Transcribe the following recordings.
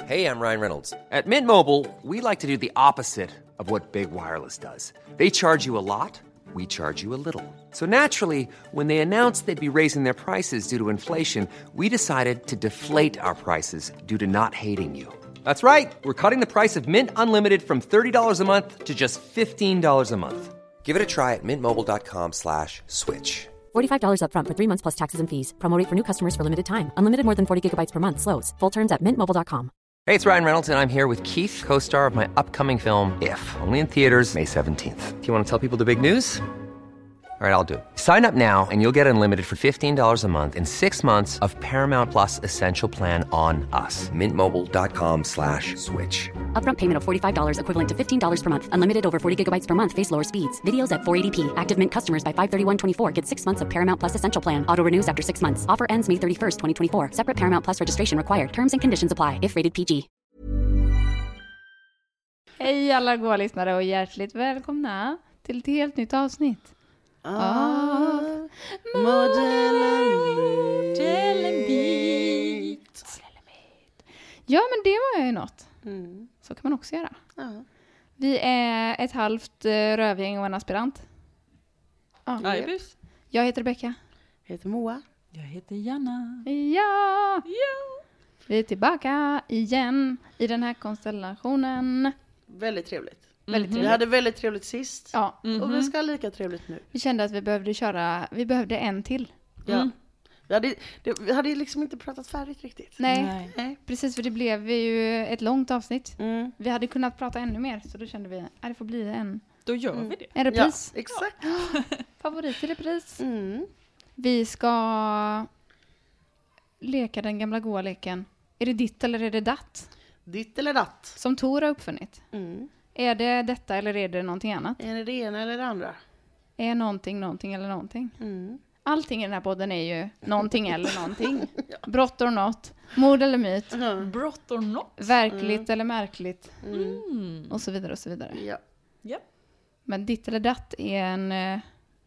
Hey, I'm Ryan Reynolds. At Mint Mobile, we like to do the opposite of what Big Wireless does. They charge you a lot, we charge you a little. So naturally, when they announced they'd be raising their prices due to inflation, we decided to deflate our prices due to not hating you. That's right. We're cutting the price of Mint Unlimited from $30 a month to just $15 a month. Give it a try at mintmobile.com/switch. $45 up front for 3 months plus taxes and fees. Promo rate for new customers for limited time. Unlimited more than 40 gigabytes per month. Slows full terms at mintmobile.com. Hey, it's Ryan Reynolds, and I'm here with Keith, co-star of my upcoming film, If, only in theaters May 17th. Do you want to tell people the big news? All right, I'll do it. Sign up now and you'll get unlimited for $15 a month and 6 months of Paramount Plus Essential Plan on us. Mintmobile.com/switch. Upfront payment of $45 equivalent to $15 per month. Unlimited over 40 gigabytes per month. Face lower speeds. Videos at 480p. Active Mint customers by 531.24 get 6 months of Paramount Plus Essential Plan. Auto renews after 6 months. Offer ends May 31st, 2024. Separate Paramount Plus registration required. Terms and conditions apply if rated PG. Hej alla goa lyssnare och hjärtligt välkomna till ett helt nytt avsnitt. Ja, men det var ju något. Så kan man också göra. Vi är ett halvt rövgäng och en aspirant. Jag heter Rebecka. Jag heter Moa. Jag heter Janna. Ja! Vi är tillbaka igen i den här konstellationen. Väldigt trevligt. Väldigt trevligt. Vi hade väldigt trevligt sist. Ja. Och vi ska ha lika trevligt nu. Vi kände att vi behövde en till. Ja. Vi hade liksom inte pratat färdigt riktigt. Nej. Precis, för det blev ju ett långt avsnitt. Vi hade kunnat prata ännu mer, så då kände vi att det får bli en... Då gör vi det. En repris. Ja, exakt. Favorit i repris. Vi ska leka den gamla goa leken. Är det ditt eller är det datt? Ditt eller datt. Som Tor har uppfunnit. Är det detta eller är det någonting annat? Är det det ena eller det andra? Är någonting eller någonting? Allting i den här podden är ju någonting eller någonting. Brott or not. Mord eller myt. Brott or not. Verkligt eller märkligt. Och så vidare och så vidare. Ja. Men ditt eller datt är en...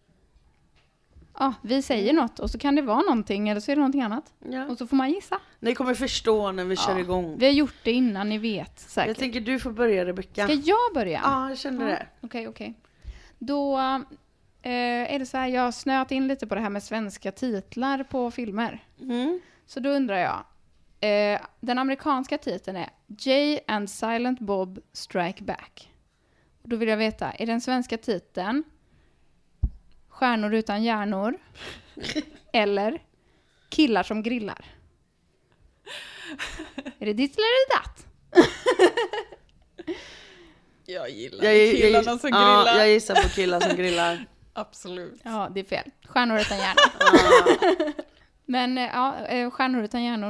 vi säger något och så kan det vara någonting eller så är det någonting annat. Ja. Och så får man gissa. Ni kommer förstå när vi kör igång. Vi har gjort det innan, ni vet säkert. Jag tänker du får börja, Rebecka. Ska jag börja? Ja, jag kände det. Okej. Då är det så här, jag har snöat in lite på det här med svenska titlar på filmer. Så då undrar jag, den amerikanska titeln är Jay and Silent Bob Strike Back. Då vill jag veta, är den svenska titeln Stjärnor utan hjärnor eller Killar som grillar? Är det ditt eller är det datt? Jag gillar killarna som grillar. Jag gissar på killar som grillar. Absolut. Ja, det är fel. Stjärnor utan hjärnor. Men Stjärnor utan hjärnor.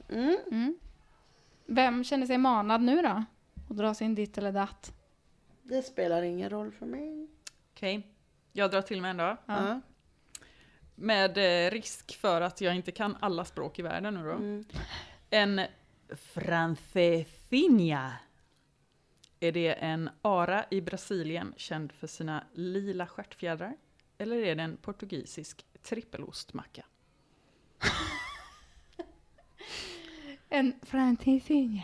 Vem känner sig manad nu då? Och dra sin ditt eller datt? Det spelar ingen roll för mig. Okej. Jag drar till mig ändå. Ja. Med risk för att jag inte kan alla språk i världen nu då. En francesinha. Är det en ara i Brasilien känd för sina lila stjärtfjädrar? Eller är det en portugisisk trippelostmacka? En francesinha.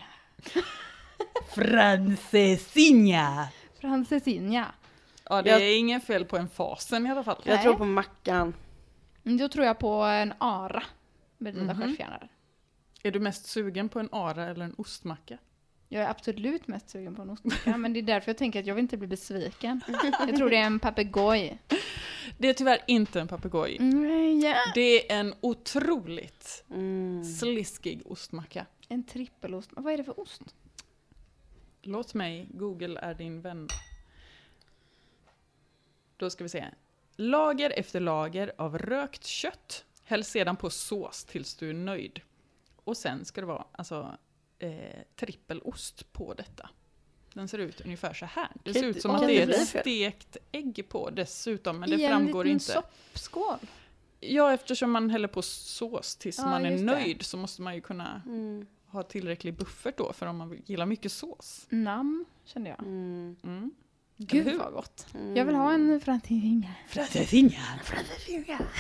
Francesinha. Ja, det är ingen fel på en fasen i alla fall. Jag tror på mackan. Då tror jag på en ara med lila stjärtfjädrar. Är du mest sugen på en ara eller en ostmacka? Jag är absolut mest sugen på en ostmacka, men det är därför jag tänker att jag vill inte bli besviken. Jag tror det är en papegoj. Det är tyvärr inte en papegoj. Det är en otroligt sliskig ostmacka. En trippelost. Vad är det för ost? Låt mig, Google är din vän. Då ska vi se. Lager efter lager av rökt kött. Häll sedan på sås tills du är nöjd. Och sen ska det vara trippelost på detta. Den ser ut ungefär så här. Det ser ut som att det är ett stekt ägg på dessutom. Men det framgår inte. En soppskål. Ja, eftersom man häller på sås tills man är nöjd så måste man ju kunna ha tillräcklig buffert då. För om man gillar mycket sås. Namn, kände jag. Gud vad gott. Jag vill ha en francesinha.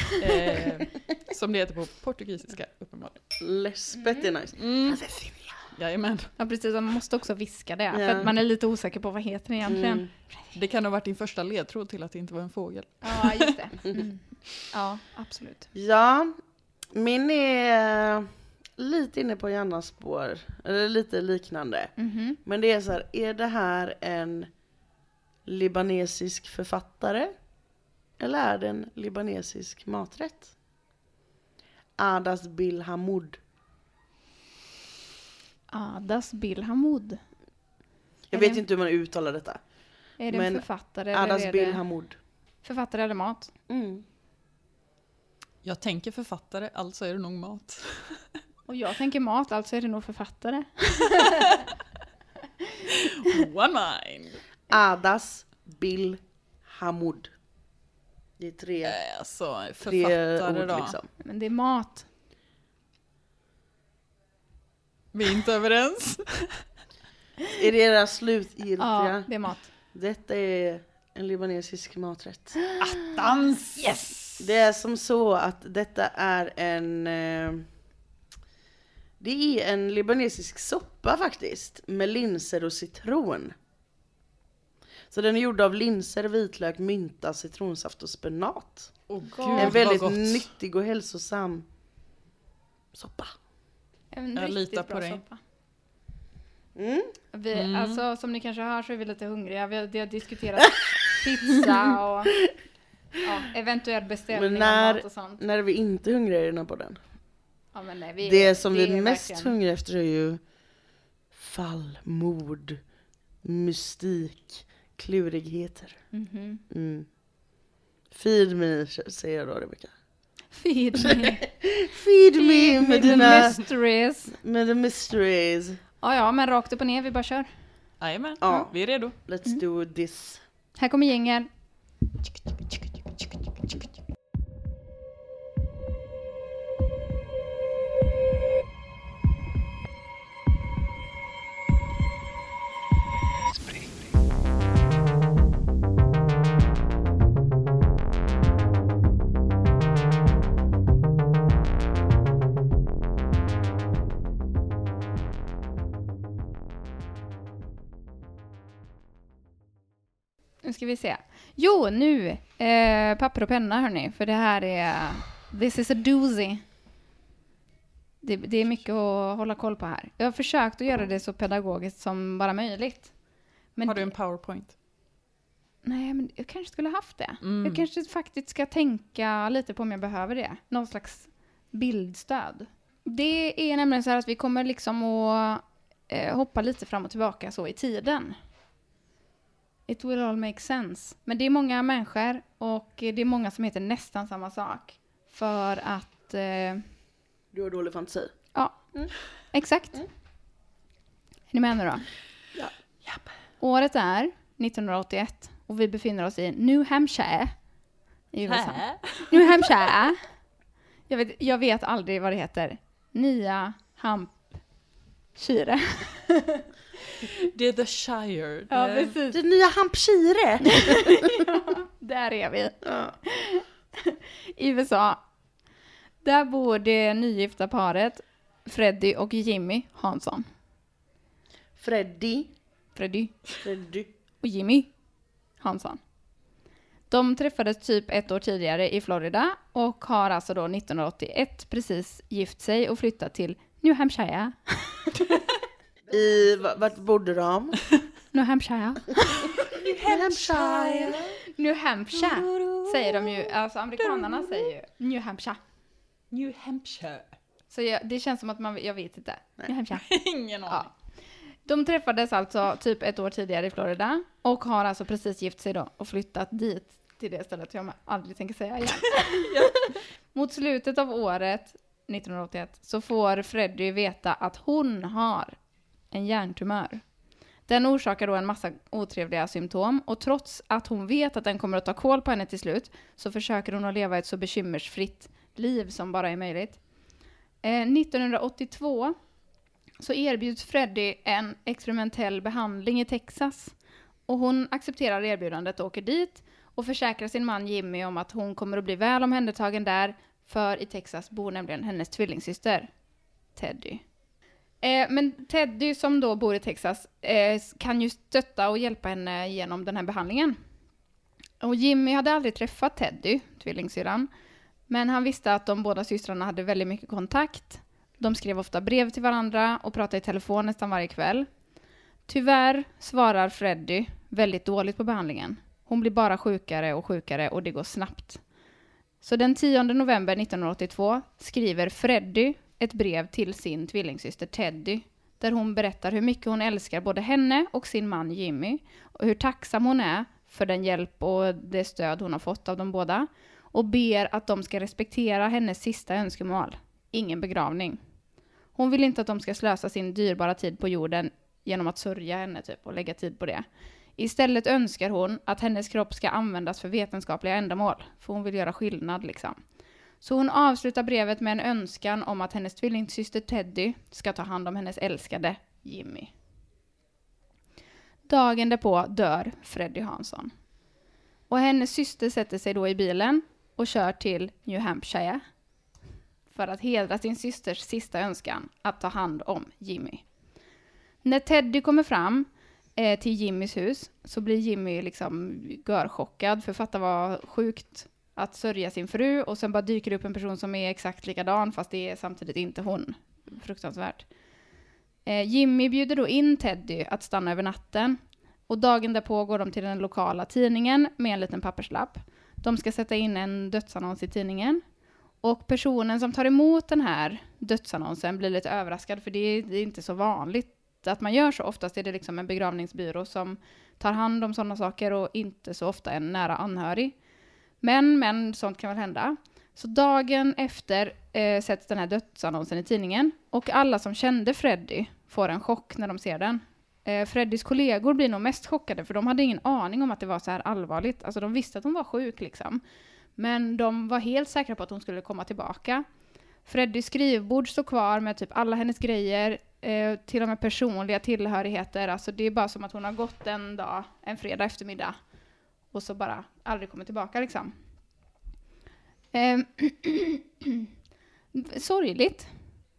Som det heter på portugisiska uppenbarligen. Läspet är nice. Jajamän. Ja, precis. Man måste också viska det. För Ja. att man är lite osäker på vad heter det egentligen. Det kan ha varit din första ledtråd till att det inte var en fågel. Ja, just det. Ja, absolut. Ja, min är lite inne på Jannas spår. Eller lite liknande. Men det är så här, är det här en libanesisk författare? Eller är det en libanesisk maträtt? Adas Bil Hamoud. Adas Bil Hamoud. Jag Är vet det- inte hur man uttalar detta. Är det Men en författare Adas eller är Bil det Hamoud. författare eller mat? Jag tänker författare, alltså är det nog mat. Och jag tänker mat, alltså är det nog författare. One mind. Adas Bil Hamoud. Det är tre Alltså, tre författare ord då. liksom. Men det är mat. Vi är inte överens. Är det era slutgiltiga? Ja, det är mat. Detta är en libanesisk maträtt. Attans! Yes! Det är som så att detta är det är en libanesisk soppa faktiskt. Med linser och citron. Så den är gjord av linser, vitlök, mynta, citronsaft och spenat. Oh, En väldigt nyttig och hälsosam soppa. En Jag riktigt litar bra på dig. soppa. Mm. Alltså, som ni kanske hör så är vi lite hungriga. Vi har diskuterat pizza och eventuell beställning av mat och sånt. När vi inte är hungriga i den här podden. Ja, men nej, Det som vi är är mest verkligen- hungriga efter är ju fall, mord, mystik, klurigheter. Feed me, säger jag då, Rebecca. Feed me. Feed me med the dina mysteries. med the mysteries. Ja, men rakt upp och ner, vi bara kör. Jajamän, Ja. vi är redo. Let's do this. Här kommer jingeln. Nu ska vi se. Jo, nu. Papper och penna, hörni. För det här är... This is a doozy. Det är mycket att hålla koll på här. Jag har försökt att göra det så pedagogiskt som bara möjligt. Men Har du en PowerPoint? Nej, men jag kanske skulle haft det. Jag kanske faktiskt ska tänka lite på om jag behöver det. Någon slags bildstöd. Det är nämligen så här att vi kommer liksom att hoppa lite fram och tillbaka så i tiden. It will all make sense. Men det är många människor och det är många som heter nästan samma sak. För att... Du har dålig fantasi. ja, exakt. Är ni med nu då? Ja. Året är 1981 och vi befinner oss i New Hampshire i USA. New Hampshire. Jag vet aldrig vad det heter. Nya Hampshire. Det är The Shire. Ja, precis. Det nya Hampshire. Där är vi. Ja. I USA. Där bor det nygifta paret Freddie och Jimmy Hansson. Freddy. Freddie Freddy. och Jimmy Hansson. De träffades typ ett år tidigare i Florida och har alltså då 1981 precis gift sig och flyttat till New Hampshire. Vart bodde de? New Hampshire. New Hampshire. New Hampshire säger de ju, alltså amerikanerna säger ju New Hampshire. New Hampshire. Så det känns som att jag vet inte. New Hampshire. Ingen aning. Ja. De träffades alltså typ ett år tidigare i Florida och har alltså precis gift sig då och flyttat dit till det stället jag aldrig tänker säga igen. Mot slutet av året 1981 så får Freddie veta att hon har en hjärntumör. Den orsakar då en massa otrevliga symptom och trots att hon vet att den kommer att ta kål på henne till slut så försöker hon att leva ett så bekymmersfritt liv som bara är möjligt. 1982 så erbjuds Freddie en experimentell behandling i Texas och hon accepterar erbjudandet och åker dit och försäkrar sin man Jimmy om att hon kommer att bli väl omhändertagen där för i Texas bor nämligen hennes tvillingsyster Teddy. Men Teddy som då bor i Texas kan ju stötta och hjälpa henne genom den här behandlingen. Och Jimmy hade aldrig träffat Teddy, tvillingsyrran. Men han visste att de båda systrarna hade väldigt mycket kontakt. De skrev ofta brev till varandra och pratade i telefon nästan varje kväll. Tyvärr svarar Freddie väldigt dåligt på behandlingen. Hon blir bara sjukare och det går snabbt. Så den 10 november 1982 skriver Freddie ett brev till sin tvillingsyster Teddy, där hon berättar hur mycket hon älskar både henne och sin man Jimmy och hur tacksam hon är för den hjälp och det stöd hon har fått av dem båda, och ber att de ska respektera hennes sista önskemål, ingen begravning. Hon vill inte att de ska slösa sin dyrbara tid på jorden genom att sörja henne typ och lägga tid på det. Istället önskar hon att hennes kropp ska användas för vetenskapliga ändamål, för hon vill göra skillnad liksom. Så hon avslutar brevet med en önskan om att hennes tvillingsyster Teddy ska ta hand om hennes älskade Jimmy. Dagen därpå dör Freddie Hansson. Och hennes syster sätter sig då i bilen och kör till New Hampshire för att hedra sin systers sista önskan att ta hand om Jimmy. När Teddy kommer fram till Jimmys hus så blir Jimmy liksom görchockad, för fatta vad sjukt att sörja sin fru och sen bara dyker upp en person som är exakt likadan fast det är samtidigt inte hon. Fruktansvärt. Jimmy bjuder då in Teddy att stanna över natten, och dagen därpå går de till den lokala tidningen med en liten papperslapp. De ska sätta in en dödsannons i tidningen, och personen som tar emot den här dödsannonsen blir lite överraskad, för det är inte så vanligt att man gör så. Oftast är det liksom en begravningsbyrå som tar hand om sådana saker och inte så ofta en nära anhörig. Men sånt kan väl hända. Så dagen efter sätts den här dödsannonsen i tidningen, och alla som kände Freddie får en chock när de ser den. Freddies kollegor blir nog mest chockade, för de hade ingen aning om att det var så här allvarligt. Alltså de visste att hon var sjuk liksom. Men de var helt säkra på att hon skulle komma tillbaka. Freddies skrivbord står kvar med typ alla hennes grejer, till och med personliga tillhörigheter. Alltså det är bara som att hon har gått en fredag eftermiddag och så bara aldrig kommer tillbaka liksom. Sorgligt.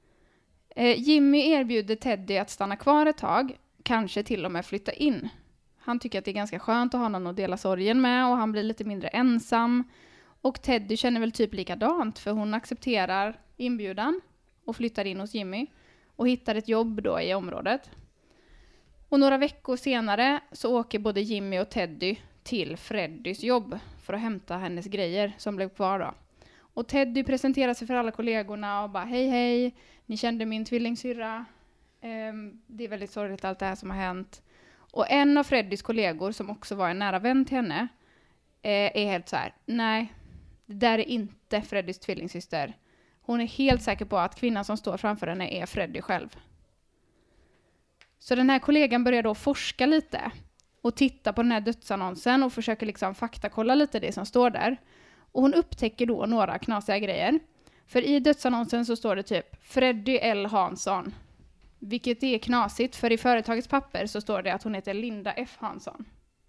Jimmy erbjuder Teddy att stanna kvar ett tag, kanske till och med flytta in. Han tycker att det är ganska skönt att ha någon att dela sorgen med, och han blir lite mindre ensam. Och Teddy känner väl typ likadant, för hon accepterar inbjudan och flyttar in hos Jimmy och hittar ett jobb då i området. Och några veckor senare så åker både Jimmy och Teddy till Freddies jobb för att hämta hennes grejer som blev kvar då. Och Teddy presenterar sig för alla kollegorna och bara hej, ni kände min tvillingsyrra. Det är väldigt sorgligt allt det här som har hänt. Och en av Freddies kollegor, som också var en nära vän till henne, är helt så här: nej, det där är inte Freddies tvillingsyster. Hon är helt säker på att kvinnan som står framför henne är Freddie själv. Så den här kollegan börjar då forska lite och titta på den här dödsannonsen och försöker liksom faktakolla lite det som står där. Och hon upptäcker då några knasiga grejer. För i dödsannonsen så står det typ Freddie L. Hansson. Vilket är knasigt, för i företagets papper så står det att hon heter Linda F. Hansson.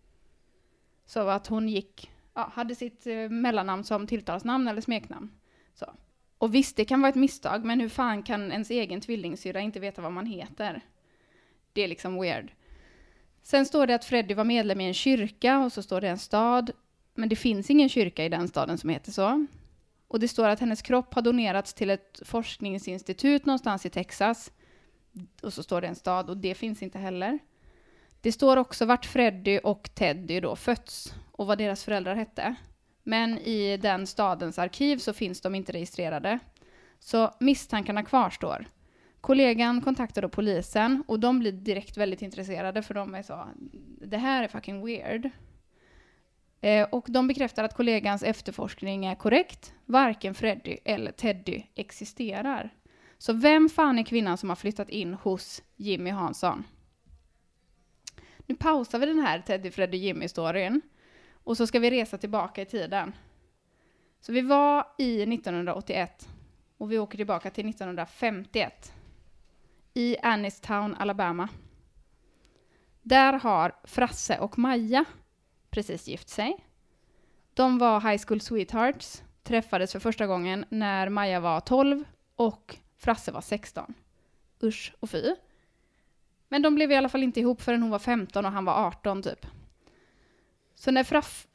Så att hon hade sitt mellannamn som tilltalsnamn eller smeknamn. Så. Och visst, det kan vara ett misstag, men hur fan kan ens egen tvillingsyrra inte veta vad man heter? Det är liksom weird. Sen står det att Freddie var medlem i en kyrka, och så står det en stad. Men det finns ingen kyrka i den staden som heter så. Och det står att hennes kropp har donerats till ett forskningsinstitut någonstans i Texas. Och så står det en stad, och det finns inte heller. Det står också vart Freddie och Teddy då fötts och vad deras föräldrar hette. Men i den stadens arkiv så finns de inte registrerade. Så misstankarna kvarstår. Kollegan kontaktar då polisen, och de blir direkt väldigt intresserade, för de är så: det här är fucking weird. Och de bekräftar att kollegans efterforskning är korrekt. Varken Freddie eller Teddy existerar. Så vem fan är kvinnan som har flyttat in hos Jimmy Hansson? Nu pausar vi den här Teddy, Freddie, Jimmy-storyn. Och så ska vi resa tillbaka i tiden. Så vi var i 1981. Och vi åker tillbaka till 1951. I Annistown, Alabama. Där har Frasse och Maja precis gift sig. De var high school sweethearts. Träffades för första gången när Maja var 12 och Frasse var 16. usch och fy. Men de blev i alla fall inte ihop förrän hon var 15 och han var 18 typ. Så när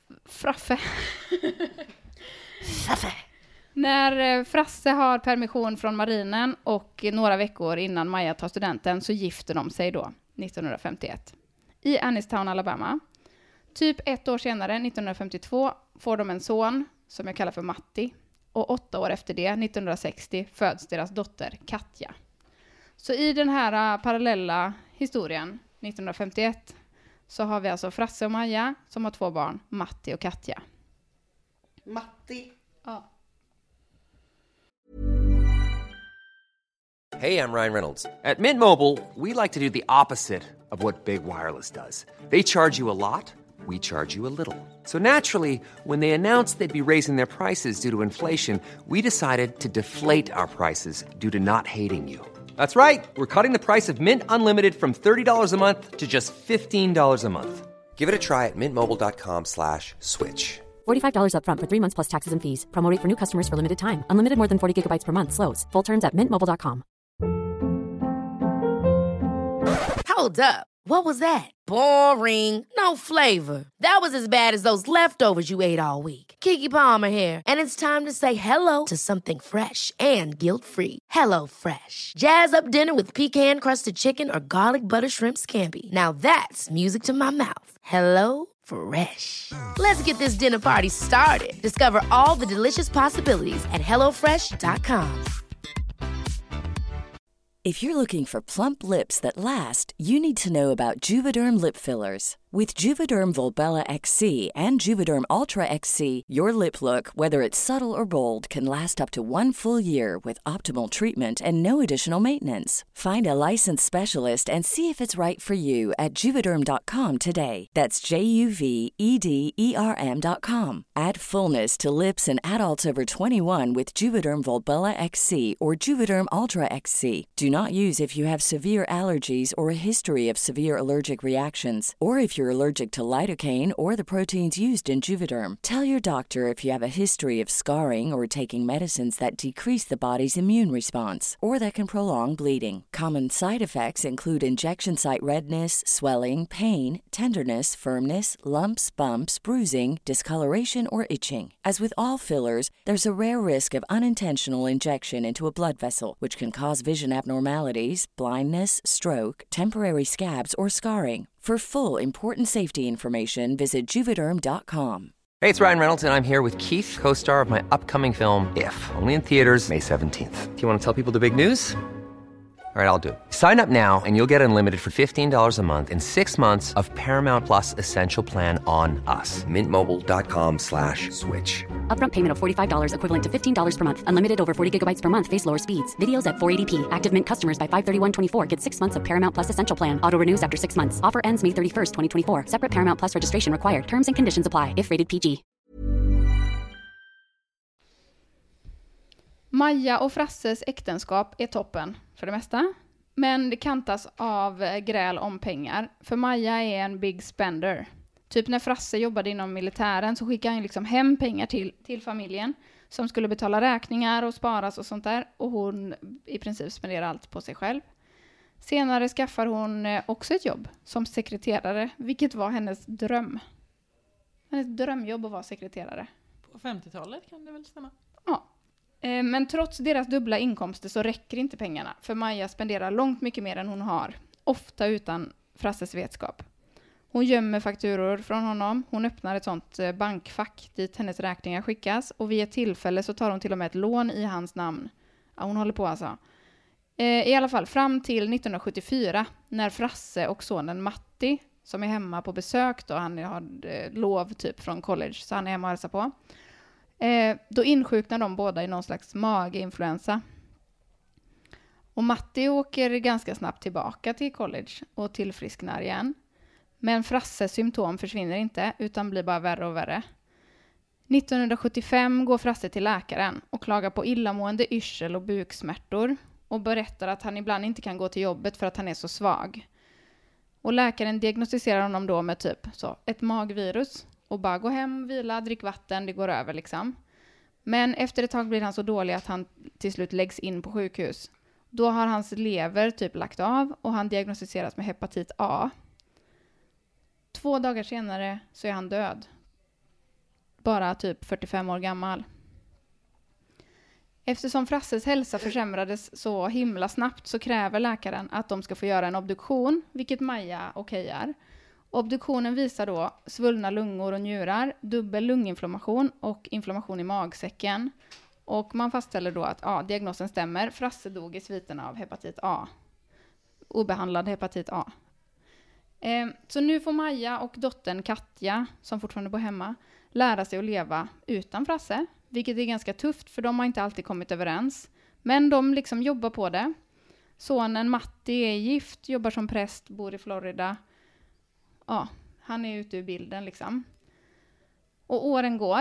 När Frasse har permission från marinen och några veckor innan Maja tar studenten så gifter de sig då 1951 i Annistown, Alabama. Typ 1 år senare, 1952, får de en son som jag kallar för Matti. Och 8 år efter det, 1960, föds deras dotter Katja. Så i den här parallella historien, 1951, så har vi alltså Frasse och Maja som har 2 barn, Matti och Katja. Matti. Ja. Hey, I'm Ryan Reynolds. At Mint Mobile, we like to do the opposite of what Big Wireless does. They charge you a lot, we charge you a little. So naturally, when they announced they'd be raising their prices due to inflation, we decided to deflate our prices due to not hating you. That's right. We're cutting the price of Mint Unlimited from $30 a month to just $15 a month. Give it a try at mintmobile.com/switch. $45 up front for 3 months plus taxes and fees. Promo rate for new customers for limited time. Unlimited more than 40 gigabytes per month. Slows full terms at mintmobile.com. Hold up. What was that? Boring. No flavor. That was as bad as those leftovers you ate all week. Keke Palmer here, and it's time to say hello to something fresh and guilt-free. Hello Fresh. Jazz up dinner with pecan-crusted chicken or garlic butter shrimp scampi. Now that's music to my mouth. Hello Fresh. Let's get this dinner party started. Discover all the delicious possibilities at hellofresh.com. If you're looking for plump lips that last, you need to know about Juvederm lip fillers. With Juvederm Volbella XC and Juvederm Ultra XC, your lip look, whether it's subtle or bold, can last up to 1 full year with optimal treatment and no additional maintenance. Find a licensed specialist and see if it's right for you at Juvederm.com today. That's JUVEDERM.com. Add fullness to lips in adults over 21 with Juvederm Volbella XC or Juvederm Ultra XC. Do not use if you have severe allergies or a history of severe allergic reactions, or if you're allergic to lidocaine or the proteins used in Juvederm. Tell your doctor if you have a history of scarring or taking medicines that decrease the body's immune response or that can prolong bleeding. Common side effects include injection site redness, swelling, pain, tenderness, firmness, lumps, bumps, bruising, discoloration, or itching. As with all fillers, there's a rare risk of unintentional injection into a blood vessel, which can cause vision abnormalities, blindness, stroke, temporary scabs, or scarring. For full, important safety information, visit Juvederm.com. Hey, it's Ryan Reynolds, and I'm here with Keith, co-star of my upcoming film, If, only in theaters May 17th. Do you want to tell people the big news? All right, I'll do it. Sign up now and you'll get unlimited for $15 a month and 6 months of Paramount Plus Essential Plan on us. MintMobile.com/switch. Upfront payment of $45 equivalent to $15 per month. Unlimited over 40 gigabytes per month. Face lower speeds. Videos at 480p. Active Mint customers by 531.24 get 6 months of Paramount Plus Essential Plan. Auto renews after 6 months. Offer ends May 31st, 2024. Separate Paramount Plus registration required. Terms and conditions apply if rated PG. Maja och Frasses äktenskap är toppen för det mesta. Men det kantas av gräl om pengar. För Maja är en big spender. Typ när Frasse jobbade inom militären så skickade han liksom hem pengar till familjen. Som skulle betala räkningar och sparas och sånt där. Och hon i princip spenderar allt på sig själv. Senare skaffar hon också ett jobb som sekreterare. Vilket var hennes dröm. Hennes drömjobb att vara sekreterare. På 50-talet kan det väl stämma? Ja. Men trots deras dubbla inkomster så räcker inte pengarna. För Maja spenderar långt mycket mer än hon har. Ofta utan Frasses vetskap. Hon gömmer fakturor från honom. Hon öppnar ett sånt bankfack dit hennes räkningar skickas. Och vid ett tillfälle så tar hon till och med ett lån i hans namn. Ja, hon håller på alltså. I alla fall fram till 1974. När Frasse och sonen Matti, som är hemma på besök då. Han har lov typ från college så han är hemma och hälsar på. Då insjuknar de båda i någon slags mageinfluensa. Och Matti åker ganska snabbt tillbaka till college och tillfrisknar igen. Men Frasses symptom försvinner inte utan blir bara värre och värre. 1975 går Frasse till läkaren och klagar på illamående, yrsel och buksmärtor. Och berättar att han ibland inte kan gå till jobbet för att han är så svag. Och läkaren diagnostiserar honom då med typ så, ett magvirus. Och bara gå hem, vila, drick vatten, det går över liksom. Men efter ett tag blir han så dålig att han till slut läggs in på sjukhus. Då har hans lever typ lagt av och han diagnostiseras med hepatit A. 2 dagar senare så är han död. Bara typ 45 år gammal. Eftersom Frasses hälsa försämrades så himla snabbt så kräver läkaren att de ska få göra en obduktion, vilket Maja okejar. Obduktionen visar då svullna lungor och njurar, dubbel lunginflammation och inflammation i magsäcken. Och man fastställer då att diagnosen stämmer. Frasse dog i sviterna av hepatit A. Obehandlad hepatit A. Så nu får Maja och dottern Katja, som fortfarande bor hemma, lära sig att leva utan Frasse. Vilket är ganska tufft för de har inte alltid kommit överens. Men de liksom jobbar på det. Sonen Matti är gift, jobbar som präst, bor i Florida. Ja, han är ute ur bilden liksom. Och åren går.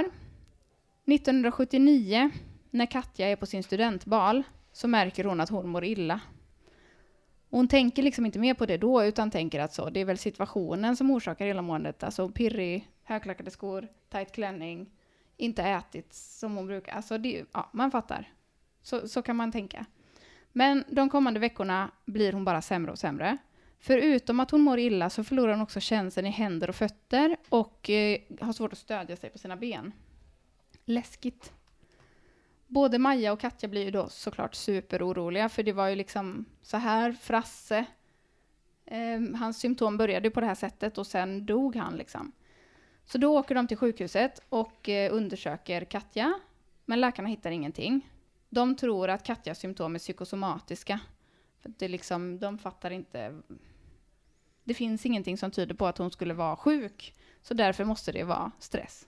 1979, när Katja är på sin studentbal, så märker hon att hon mår illa. Hon tänker liksom inte mer på det då, utan tänker att det är väl situationen som orsakar illamåendet. Alltså pirrig, högklackade skor, tight klänning, inte ätit som hon brukar. Alltså man fattar. Så kan man tänka. Men de kommande veckorna blir hon bara sämre och sämre. Förutom att hon mår illa så förlorar hon också känseln i händer och fötter och har svårt att stödja sig på sina ben. Läskigt. Både Maja och Katja blir ju då såklart superoroliga, för det var ju liksom så här Frasse. Hans symptom började på det här sättet och sen dog han liksom. Så då åker de till sjukhuset och undersöker Katja, men läkarna hittar ingenting. De tror att Katjas symptom är psykosomatiska. För det liksom, de fattar inte. Det finns ingenting som tyder på att hon skulle vara sjuk, så därför måste det vara stress.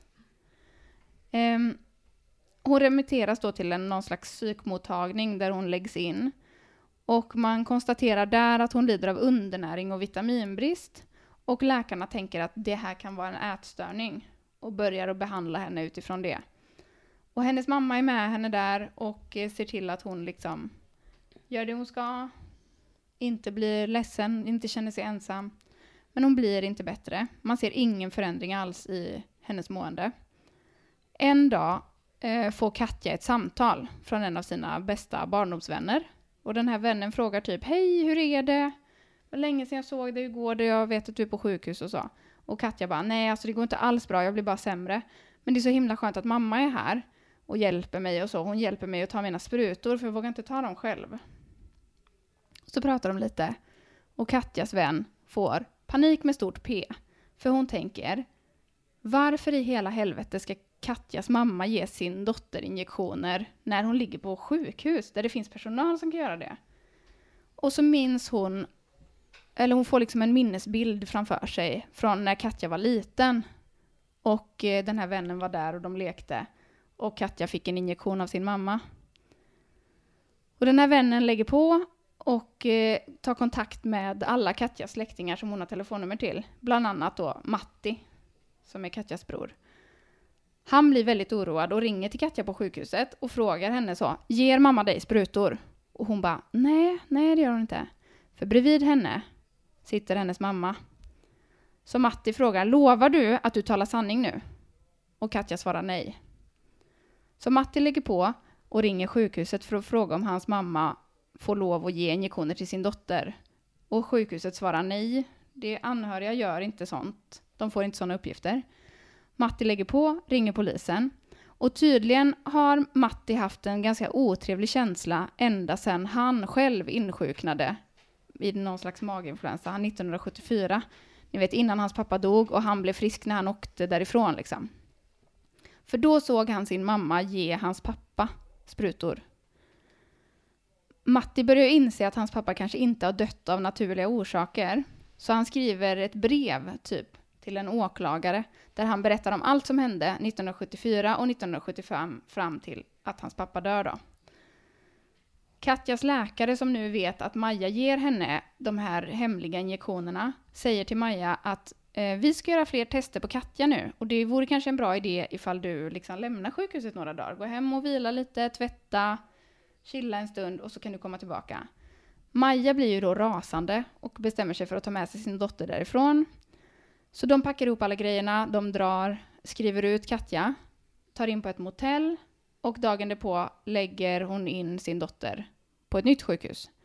Hon remitteras då till någon slags psykmottagning där hon läggs in. Och man konstaterar där att hon lider av undernäring och vitaminbrist. Och läkarna tänker att det här kan vara en ätstörning och börjar att behandla henne utifrån det. Och hennes mamma är med henne där och ser till att hon liksom gör det hon ska. Inte blir ledsen, inte känner sig ensam. Men hon blir inte bättre. Man ser ingen förändring alls i hennes mående. En dag får Katja ett samtal från en av sina bästa barndomsvänner. Och den här vännen frågar typ: hej, hur är det? Det var länge sedan jag såg dig, hur går det? Jag vet att du är på sjukhus och så. Och Katja bara: nej, alltså det går inte alls bra, jag blir bara sämre. Men det är så himla skönt att mamma är här och hjälper mig och så. Hon hjälper mig att ta mina sprutor för jag vågar inte ta dem själv. Så pratar de lite. Och Katjas vän får panik med stort P. För hon tänker: varför i hela helvete ska Katjas mamma ge sin dotter injektioner när hon ligger på sjukhus där det finns personal som kan göra det? Och så minns hon, eller hon får liksom en minnesbild framför sig från när Katja var liten. Och den här vännen var där och de lekte. Och Katja fick en injektion av sin mamma. Och den här vännen lägger på och tar kontakt med alla Katjas släktingar som hon har telefonnummer till. Bland annat då Matti, som är Katjas bror. Han blir väldigt oroad och ringer till Katja på sjukhuset och frågar henne så: ger mamma dig sprutor? Och hon bara: nej det gör hon inte. För bredvid henne sitter hennes mamma. Så Matti frågar: lovar du att du talar sanning nu? Och Katja svarar nej. Så Matti lägger på och ringer sjukhuset för att fråga om hans mamma får lov att ge injektioner till sin dotter. Och sjukhuset svarar nej. Det anhöriga gör inte sånt. De får inte sådana uppgifter. Matti lägger på, ringer polisen. Och tydligen har Matti haft en ganska otrevlig känsla ända sedan han själv insjuknade vid någon slags maginfluensa 1974. Ni vet, innan hans pappa dog och han blev frisk när han åkte därifrån liksom. För då såg han sin mamma ge hans pappa sprutor. Matti börjar inse att hans pappa kanske inte har dött av naturliga orsaker. Så han skriver ett brev typ till en åklagare där han berättar om allt som hände 1974 och 1975 fram till att hans pappa dör då. Katjas läkare, som nu vet att Maja ger henne de här hemliga injektionerna, säger till Maja att vi ska göra fler tester på Katja nu. Och det vore kanske en bra idé ifall du liksom lämnar sjukhuset några dagar. Gå hem och vila lite, tvätta, chilla en stund och så kan du komma tillbaka. Maja blir ju då rasande och bestämmer sig för att ta med sig sin dotter därifrån. Så de packar ihop alla grejerna, de drar, skriver ut Katja, tar in på ett motell och dagen därpå lägger hon in sin dotter på ett nytt sjukhus.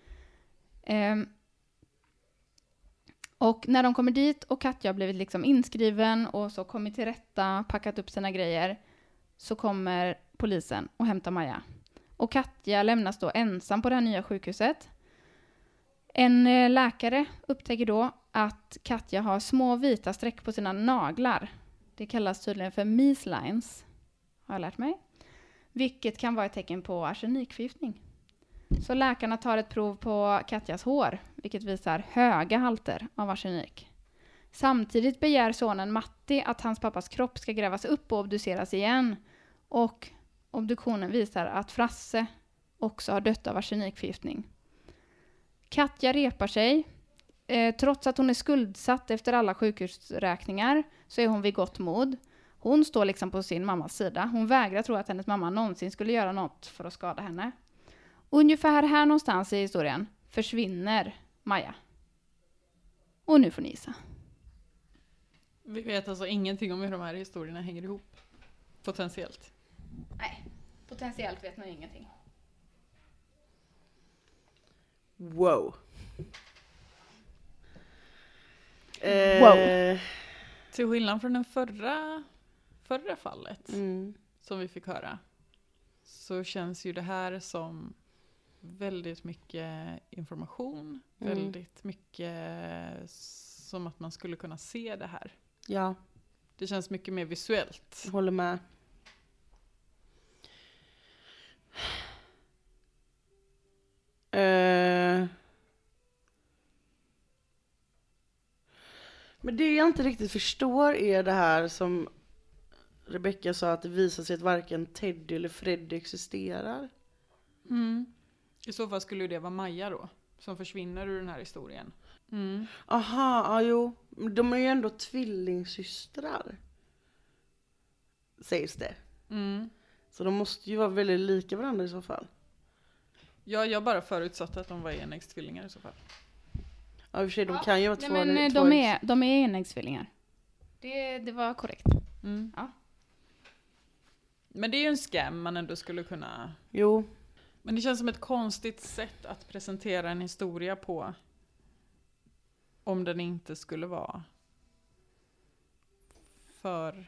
Och när de kommer dit och Katja har blivit liksom inskriven och så kommit till rätta, packat upp sina grejer, så kommer polisen och hämtar Maja. Och Katja lämnas då ensam på det här nya sjukhuset. En läkare upptäcker då att Katja har små vita streck på sina naglar. Det kallas tydligen för measlines, har jag lärt mig. Vilket kan vara ett tecken på arsenikförgiftning. Så läkarna tar ett prov på Katjas hår, vilket visar höga halter av arsenik. Samtidigt begär sonen Matti att hans pappas kropp ska grävas upp och obduceras igen. Och obduktionen visar att Frasse också har dött av arsenikförgiftning. Katja repar sig. Trots att hon är skuldsatt efter alla sjukhusräkningar så är hon vid gott mod. Hon står liksom på sin mammas sida. Hon vägrar tro att hennes mamma någonsin skulle göra något för att skada henne. Ungefär här någonstans i historien försvinner Maja. Och nu får ni gissa. Vi vet alltså ingenting om hur de här historierna hänger ihop. Potentiellt. Nej, potentiellt vet man ingenting. Wow. Till skillnad från den förra fallet som vi fick höra, så känns ju det här som väldigt mycket information. Väldigt mycket som att man skulle kunna se det här. Ja. Det känns mycket mer visuellt. Håller med. Men det jag inte riktigt förstår är det här som Rebecca sa, att det visar sig att varken Teddy eller Freddy existerar. I så fall skulle ju det vara Maja då, som försvinner ur den här historien. Aha, ja, jo. De är ju ändå tvillingsystrar, sägs det. Så de måste ju vara väldigt lika varandra i så fall. Ja, jag bara förutsatte att de var enäggstvillingar i så fall. Ja, i och för sig, de kan ju vara två. Men de är enäggstvillingar. Det var korrekt. Ja. Men det är ju en scam man ändå skulle kunna... Jo. Men det känns som ett konstigt sätt att presentera en historia på, om den inte skulle vara för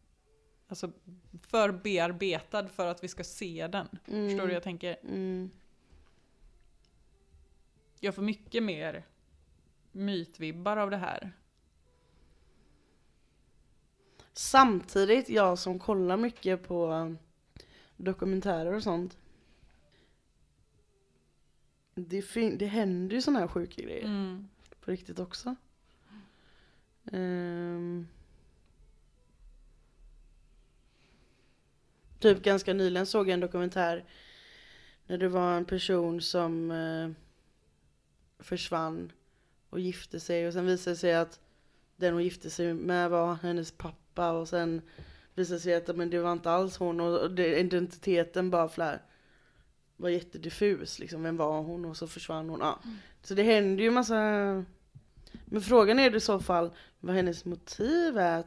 bearbetad för att vi ska se den. Förstår du vad jag tänker? Jag får mycket mer mytvibbar av det här. Samtidigt, jag som kollar mycket på dokumentärer och sånt, det händer ju såna här sjuka grejer på riktigt också. Typ ganska nyligen såg jag en dokumentär när det var en person som försvann och gifte sig, och sen visade det sig att den hon gifte sig med var hennes pappa, och sen visade det sig att men det var inte alls hon, och identiteten bara var jättediffus liksom, vem var hon, och så försvann hon. Ja. Så det hände ju massa, men frågan är i så fall vad hennes motiv är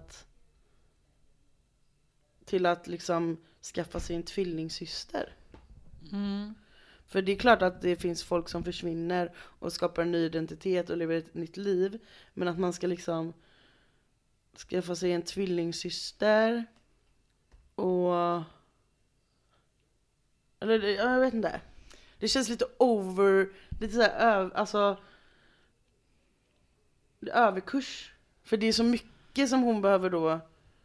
till att liksom skaffa sig en tvillingsyster. För det är klart att det finns folk som försvinner och skapar en ny identitet och lever ett nytt liv, men att man ska liksom skaffa sig en tvillingsyster och eller jag vet inte. Det känns lite lite så här alltså överkurs, för det är så mycket som hon behöver då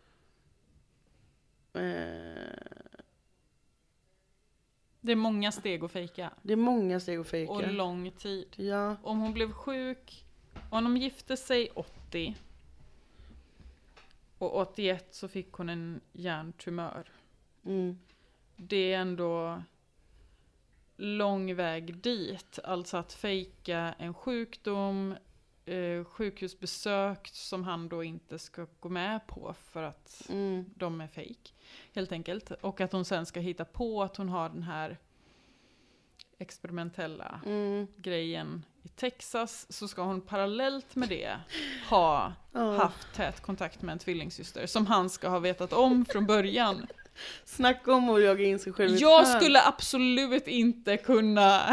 det är många steg att fejka. Och lång tid. Ja. Om hon blev sjuk, om de gifte sig 80 och 81 så fick hon en hjärntumör. Det är ändå lång väg dit. Alltså att fejka en sjukdom, sjukhusbesök som han då inte ska gå med på för att de är fake, helt enkelt. Och att hon sen ska hitta på att hon har den här experimentella grejen i Texas, så ska hon parallellt med det ha haft tät kontakt med en tvillingsyster som han ska ha vetat om från början. Snacka om att jaga in sig själv. Jag skulle absolut inte kunna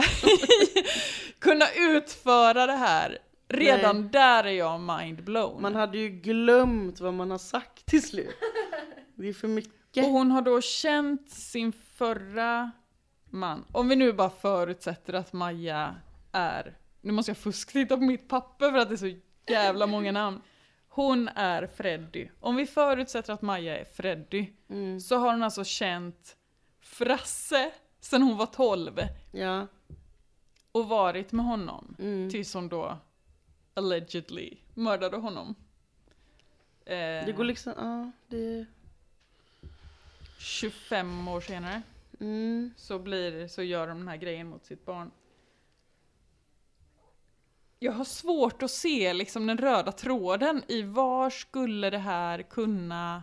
utföra det här. Redan där är jag mind-blown. Man hade ju glömt vad man har sagt till slut. Det är för mycket. Och hon har då känt sin förra man. Om vi nu bara förutsätter att Maja är... Nu måste jag fusktitta på mitt papper för att det är så jävla många namn. Hon är Freddy. Om vi förutsätter att Maja är Freddy så har hon alltså känt Frasse sedan hon var 12. Ja. Och varit med honom tills hon då allegedly mördade honom. Det går liksom, ja, det... 25 år senare så gör de den här grejen mot sitt barn. Jag har svårt att se liksom den röda tråden i var skulle det här kunna...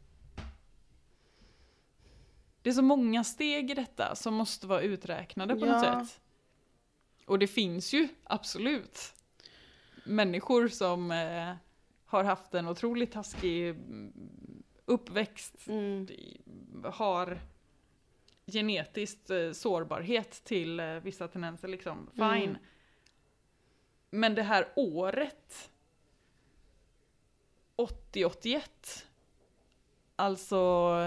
Det är så många steg i detta som måste vara uträknade på något sätt. Och det finns ju absolut människor som har haft en otroligt taskig uppväxt, har genetiskt sårbarhet till vissa tendenser liksom. Fine. Men det här året 80-81, alltså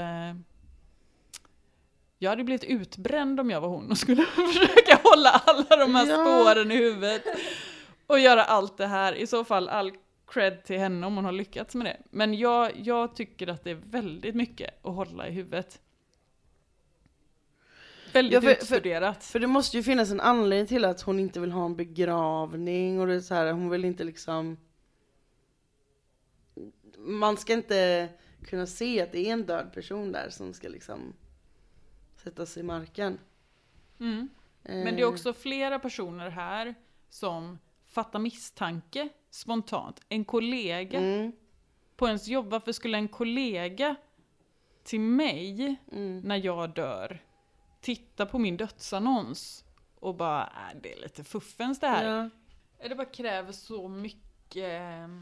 jag hade blivit utbränd om jag var hon och skulle försöka hålla alla de här spåren i huvudet och göra allt det här. I så fall all cred till henne om hon har lyckats med det. Men jag tycker att det är väldigt mycket att hålla i huvudet. Väldigt utstuderat. För det måste ju finnas en anledning till att hon inte vill ha en begravning och det är så här, hon vill inte liksom... Man ska inte kunna se att det är en död person där som ska liksom sätta sig i marken. Men det är också flera personer här som fattar misstanke spontant. En kollega på ens jobb. Varför skulle en kollega till mig när jag dör titta på min dödsannons och bara, det är lite fuffens det här. Ja. Det bara kräver så mycket...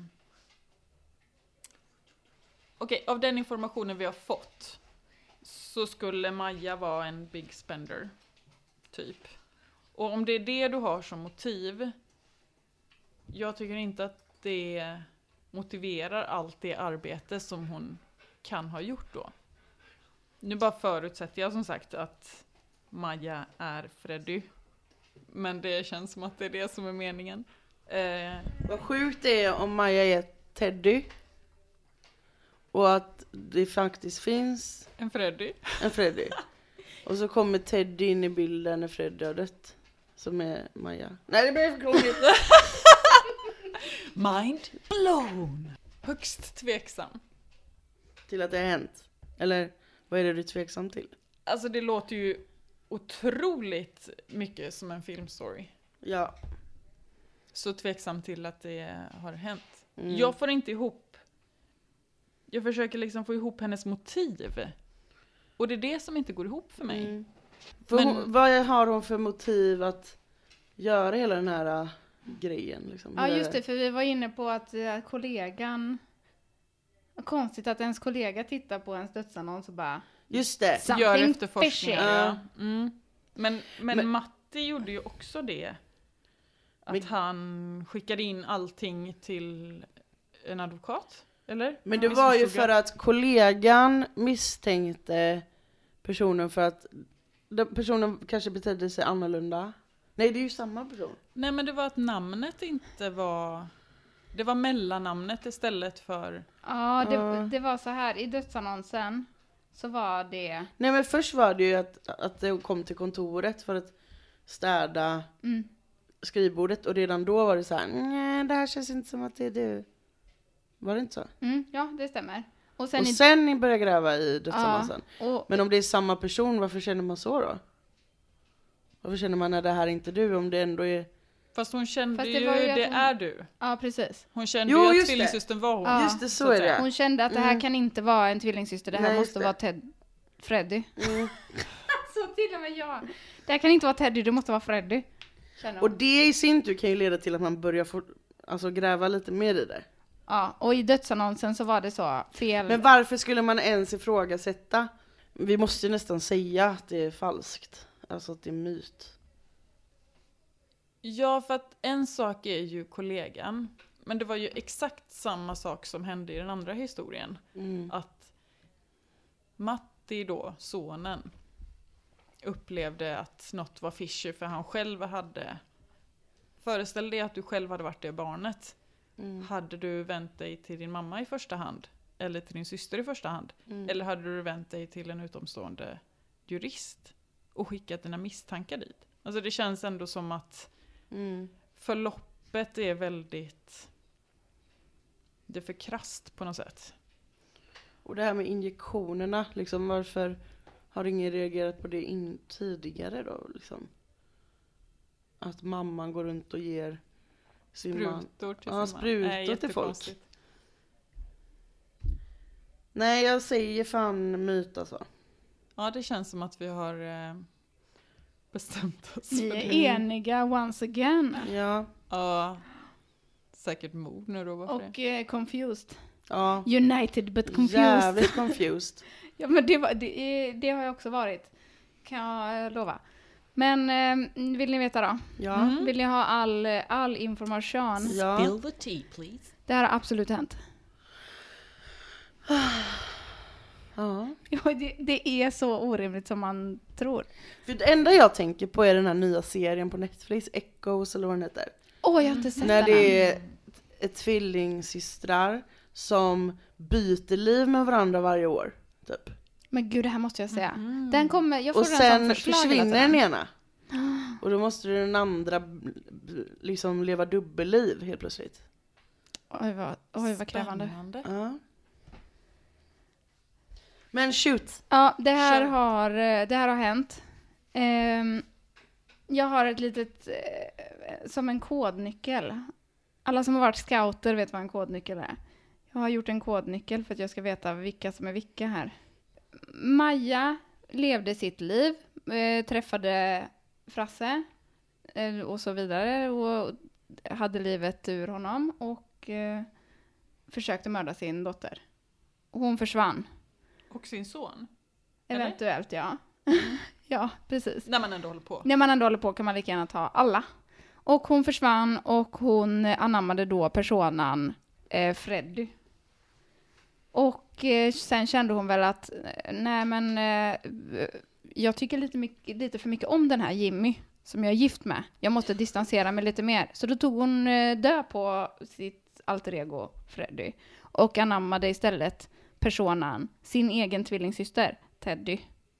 Okej, av den informationen vi har fått så skulle Maja vara en big spender, typ. Och om det är det du har som motiv, jag tycker inte att det motiverar allt det arbete som hon kan ha gjort då. Nu bara förutsätter jag som sagt att Maja är Freddy. Men det känns som att det är det som är meningen. Vad sjukt det är om Maja är Teddy. Och att det faktiskt finns en Freddy. Och så kommer Teddy in i bilden när Freddy har dött. Som är Maja. Nej, det blir för krångligt. Mind blown. Högst tveksam. Till att det har hänt. Eller vad är det du är tveksam till? Alltså det låter ju otroligt mycket som en filmstory. Ja. Så tveksam till att det har hänt. Jag får inte ihop. Jag försöker liksom få ihop hennes motiv. Och det är det som inte går ihop för mig. Men vad har hon för motiv att göra hela den här grejen? Liksom? Ja, just det. För vi var inne på att kollegan... Konstigt att ens kollega tittar på ens dödsannons och bara... Just det. Gör efterforskningar. Ja. Men Matti gjorde ju också det. Att han skickade in allting till en advokat. Eller? Men det var ju för att kollegan misstänkte personen för att personen kanske betedde sig annorlunda. Nej, det är ju samma person. Nej, men det var att namnet inte var... Det var mellannamnet istället för... Ja, det var så här. I dödsannonsen så var det... Nej, men först var det ju att det kom till kontoret för att städa skrivbordet. Och redan då var det så här, nej, det här känns inte som att det är du. Var det inte så? Ja, det stämmer. Och sen ni börjar gräva i dödsannonsen. Ja, men om det är samma person, varför känner man så då? Varför känner man när det här är inte du, om det ändå är... Fast hon kände det är du. Ja, precis. Hon kände ju att tvillingsystern var hon. Ja, just det, så är det. Hon kände att det här kan inte vara en tvillingsyster. Det här måste vara Freddy. Så till och med jag. Det här kan inte vara Teddy, det måste vara Freddy. Och det i sin tur kan ju leda till att man börjar gräva lite mer i det. Ja, och i dödsannonsen så var det så fel. Men varför skulle man ens ifrågasätta Vi måste ju nästan säga att det är falskt. Alltså att det är myt. Ja, för att en sak är ju kollegan. Men det var ju exakt samma sak som hände i den andra historien. Att Matti då, sonen, upplevde att något var fishy för han själv hade... Föreställ dig att du själv hade varit det barnet. Hade du vänt dig till din mamma i första hand? Eller till din syster i första hand? Eller hade du vänt dig till en utomstående jurist och skickat dina misstankar dit? Alltså det känns ändå som att förloppet är väldigt... Det är för krasst på något sätt. Och det här med injektionerna, liksom, varför har ingen reagerat på det tidigare då? Liksom? Att mamman går runt och ger sin sprutor till man. sin Sprutor till folk. Nej, jag säger fan myt alltså. Ja, det känns som att vi har bestämt oss. Vi är eniga once again. Ja. Ja, säkert mord nu då. Och confused. Ja. United but confused. Jävligt confused. Ja, men det har jag också varit. Kan jag lova. Men vill ni veta då? Ja. Vill ni ha all information? Ja. Spill the tea, please. Det här har absolut hänt. Ja. Ja, det är så orimligt som man tror. För det enda jag tänker på är den här nya serien på Netflix, Echoes eller vad den heter. Jag har inte sett När den det än. är ett tvillingsystrar som byter liv med varandra varje år, typ. Men gud, det här måste jag säga. Den kommer, jag får Och den sen som förslag försvinner hela den tiden. ena. Och då måste den andra liksom leva dubbelliv helt plötsligt. Oj, vad krävande. Spännande. Ja. Men shoot. Ja, det här har hänt. Jag har ett litet, som en kodnyckel. Alla som har varit scouter vet vad en kodnyckel är. Jag har gjort en kodnyckel för att jag ska veta vilka som är vilka här. Maja levde sitt liv, träffade Frasse och så vidare och hade livet ur honom och försökte mörda sin dotter. Hon försvann. Och sin son? Eller? Eventuellt, ja. Ja, precis. När man ändå håller på. När man ändå håller på kan man lika gärna ta alla. Och hon försvann och hon anammade då personen Freddy. Och sen kände hon väl att nej men jag tycker lite för mycket om den här Jimmy som jag är gift med. Jag måste distansera mig lite mer. Så då tog hon död på sitt alter ego Freddy och anammade istället personen, sin egen tvillingsyster Teddy.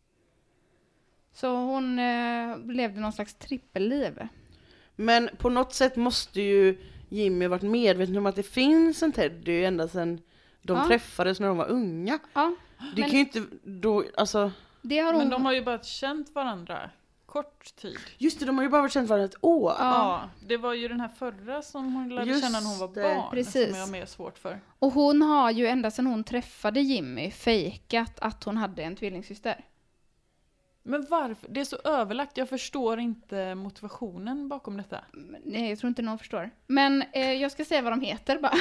Så hon levde någon slags trippelliv. Men på något sätt måste ju Jimmy varit medveten om att det finns en Teddy ända sedan de träffades när de var unga. Ja, Det kan ju inte då, alltså... Det har hon... Men de har ju bara känt varandra kort tid. Just det, de har ju bara varit känt varandra ett år. Ja, det var ju den här förra som hon lärde Just känna när hon var det. barn. Precis. Som jag har mer svårt för. Och hon har ju ända sedan hon träffade Jimmy fejkat att hon hade en tvillingsyster. Men varför? Det är så överlagt. Jag förstår inte motivationen bakom detta. Nej, jag tror inte någon förstår. Men jag ska säga vad de heter bara.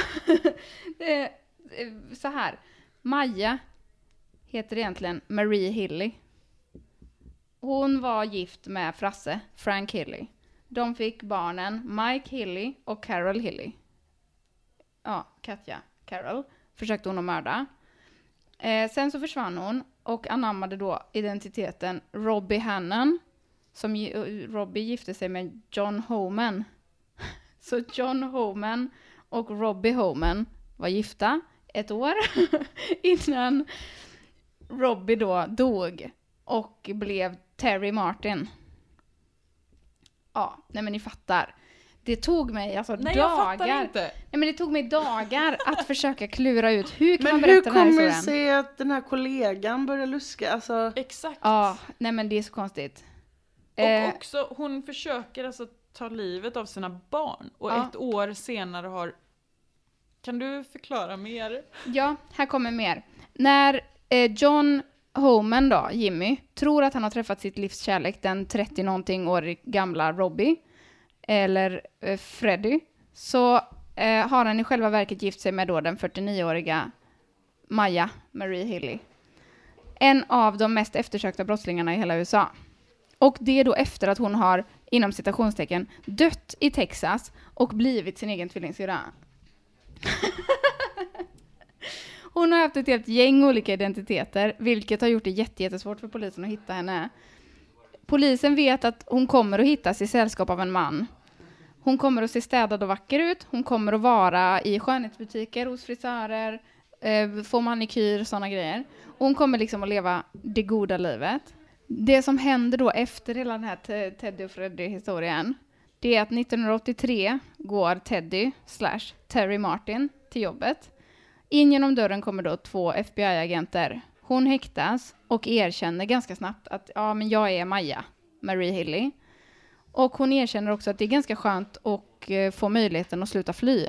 Så här. Maja heter egentligen Marie Hilly. Hon var gift med Frasse, Frank Hilly. De fick barnen Mike Hilly och Carol Hilly. Ja, Katja Carol försökte hon att mörda. Sen så försvann hon och anammade då identiteten Robbie Hannon. Som Robbie gifte sig med John Homan. Så John Homan och Robbie Homan var gifta ett år innan Robbie då dog och blev Terry Martin. Ja, nej men ni fattar. Det tog mig alltså Nej, dagar. jag fattar inte. Nej men det tog mig dagar att försöka klura ut hur kan Men man hur berätta den här kommer det historien. sig att den här kollegan börjar luska? Alltså... Exakt. Ja, nej men det är så konstigt. Och också, hon försöker alltså ta livet av sina barn. Och Ja. ett år senare har... Kan du förklara mer? Ja, här kommer mer. När John Homan då, Jimmy, tror att han har träffat sitt livs kärlek, den 30-någonting år gamla Robbie, eller Freddy, så har han i själva verket gift sig med då den 49-åriga Maja Marie Hilly. En av de mest eftersökta brottslingarna i hela USA. Och det är då efter att hon har, inom citationstecken, dött i Texas och blivit sin egen tvillingsyrra. Hon har haft ett helt gäng olika identiteter, vilket har gjort det jättesvårt för polisen att hitta henne. Polisen vet att hon kommer att hittas i sällskap av en man. Hon kommer att se städad och vacker ut. Hon kommer att vara i skönhetsbutiker, hos frisörer, få manikyr, sådana grejer. Och hon kommer liksom att leva det goda livet. Det som händer då efter hela den här Teddy och Freddy-historien, det är att 1983 går Teddy / Terry Martin till jobbet. In genom dörren kommer då 2 FBI-agenter. Hon häktas och erkänner ganska snabbt att ja, men jag är Marie Hilley. Och hon erkänner också att det är ganska skönt att få möjligheten att sluta fly.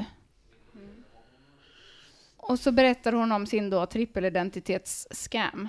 Och så berättar hon om sin då trippelidentitets-scam.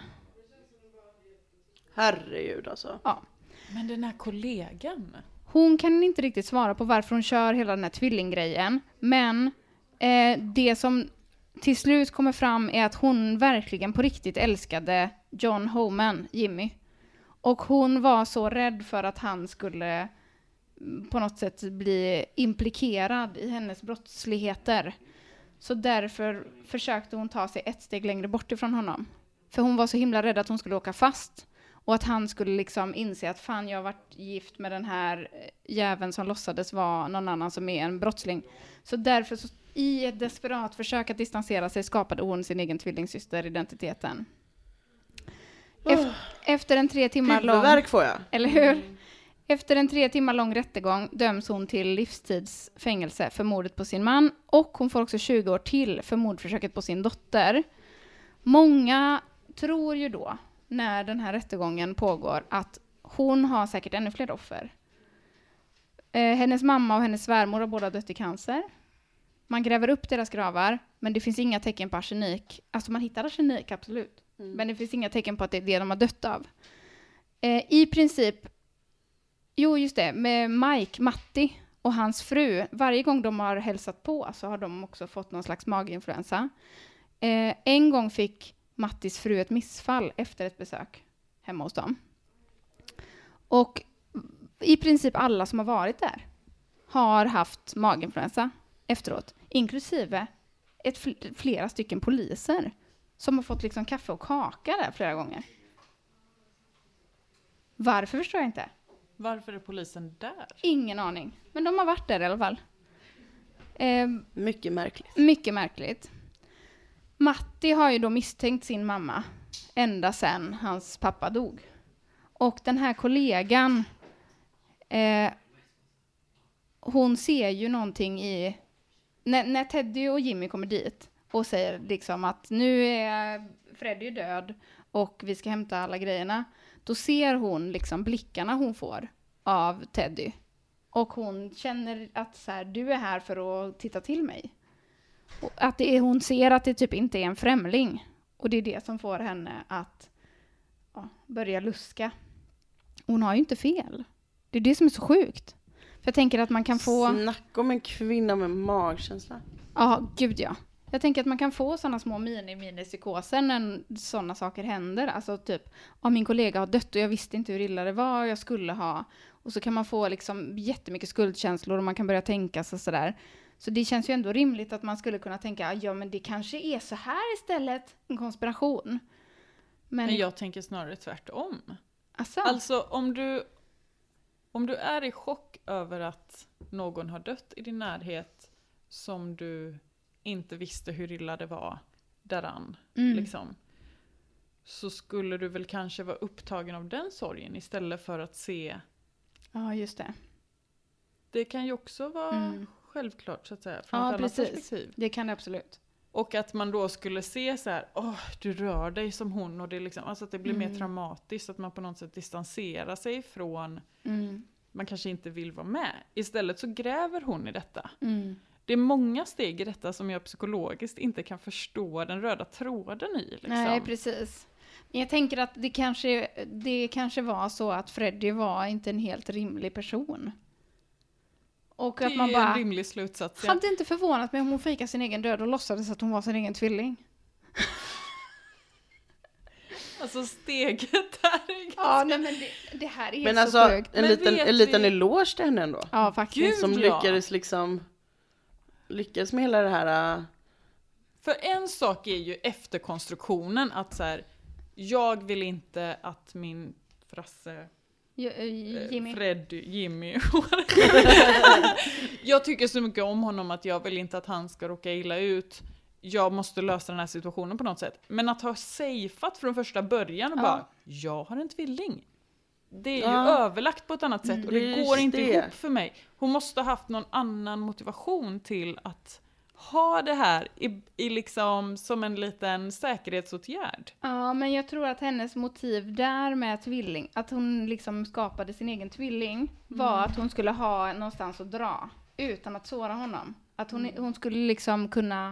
Herregud alltså. Ja. Men den här kollegan? Hon kan inte riktigt svara på varför hon kör hela den här tvillinggrejen. Men det som till slut kommer fram är att hon verkligen på riktigt älskade John Homan, Jimmy. Och hon var så rädd för att han skulle på något sätt bli implikerad i hennes brottsligheter. Så därför försökte hon ta sig ett steg längre bort ifrån honom. För hon var så himla rädd att hon skulle åka fast. Och att han skulle liksom inse att fan, jag har varit gift med den här jäveln som låtsades vara någon annan som är en brottsling. Så därför, så, i ett desperat försök att distansera sig, skapade hon sin egen tvillingsyster-identiteten. Efter en 3 timmar lång... Huvudvärk får jag. Eller hur? Efter en 3 timmar lång rättegång döms hon till livstidsfängelse för mordet på sin man. Och hon får också 20 år till för mordförsöket på sin dotter. Många tror ju då, när den här rättegången pågår, att hon har säkert ännu fler offer. Hennes mamma och hennes svärmor har båda dött i cancer. Man gräver upp deras gravar, men det finns inga tecken på arsenik. Alltså man hittar arsenik, absolut. Men det finns inga tecken på att det är det de har dött av. I princip, just det, med Matti och hans fru, varje gång de har hälsat på så har de också fått någon slags maginfluensa. En gång fick Mattis fru ett missfall efter ett besök hemma hos dem. Och i princip alla som har varit där har haft maginfluensa efteråt. Inklusive flera stycken poliser som har fått liksom kaffe och kaka där flera gånger. Varför förstår jag inte. Varför är polisen där? Ingen aning. Men de har varit där i alla fall. Mycket märkligt. Mycket märkligt. Matti har ju då misstänkt sin mamma ända sedan hans pappa dog. Och den här kollegan, hon ser ju någonting i... När Teddy och Jimmy kommer dit och säger liksom att nu är Freddy död och vi ska hämta alla grejerna, då ser hon liksom blickarna hon får av Teddy. Och hon känner att så här, du är här för att titta till mig. Och att hon ser att det typ inte är en främling. Och det är det som får henne att börja luska. Hon har ju inte fel. Det är det som är så sjukt. För jag tänker att man kan få... Snacka om en kvinna med magkänsla. Ja, gud ja. Jag tänker att man kan få sådana små mini-psykoser när sådana saker händer. Alltså typ, min kollega har dött och jag visste inte hur illa det var jag skulle ha. Och så kan man få liksom jättemycket skuldkänslor och man kan börja tänka sig sådär. Så det känns ju ändå rimligt att man skulle kunna tänka, ja men det kanske är så här istället, en konspiration. Men jag tänker snarare tvärtom. Alltså om du är i chock över att någon har dött i din närhet som du inte visste hur illa det var däran, liksom, så skulle du väl kanske vara upptagen av den sorgen istället för att se... Ja, just det. Det kan ju också vara självklart så att säga, från ett annat perspektiv. Det kan det absolut. Och att man då skulle se så här, du rör dig som hon, och det liksom, alltså att det blir mer traumatiskt, att man på något sätt distanserar sig från, man kanske inte vill vara med. Istället så gräver hon i detta. Det är många steg i detta som jag psykologiskt inte kan förstå den röda tråden i. Liksom. Nej, precis. Jag tänker att det kanske var så att Freddy var inte en helt rimlig person. Och att man bara, en rimlig slutsats. Ja. Hade inte förvånat mig om hon fikade sin egen död och låtsades att hon var sin egen tvilling. Alltså steget där är ganska... Ja, nej men det här är Men så alltså sjukt. en liten eloge till henne ändå. Ja, faktiskt. Som lyckades med hela det här. För en sak är ju efterkonstruktionen att så här, jag vill inte att min frasse Jimmy jag tycker så mycket om honom att jag vill inte att han ska råka illa ut. Jag måste lösa den här situationen på något sätt. Men att ha safeat från första början och bara, jag har en tvilling. Det är ju överlagt på ett annat sätt och det går inte ihop för mig. Hon måste ha haft någon annan motivation till att ha det här i liksom som en liten säkerhetsåtgärd. Ja, men jag tror att hennes motiv där med tvilling, att hon liksom skapade sin egen tvilling, var att hon skulle ha någonstans att dra utan att såra honom. Att hon skulle liksom kunna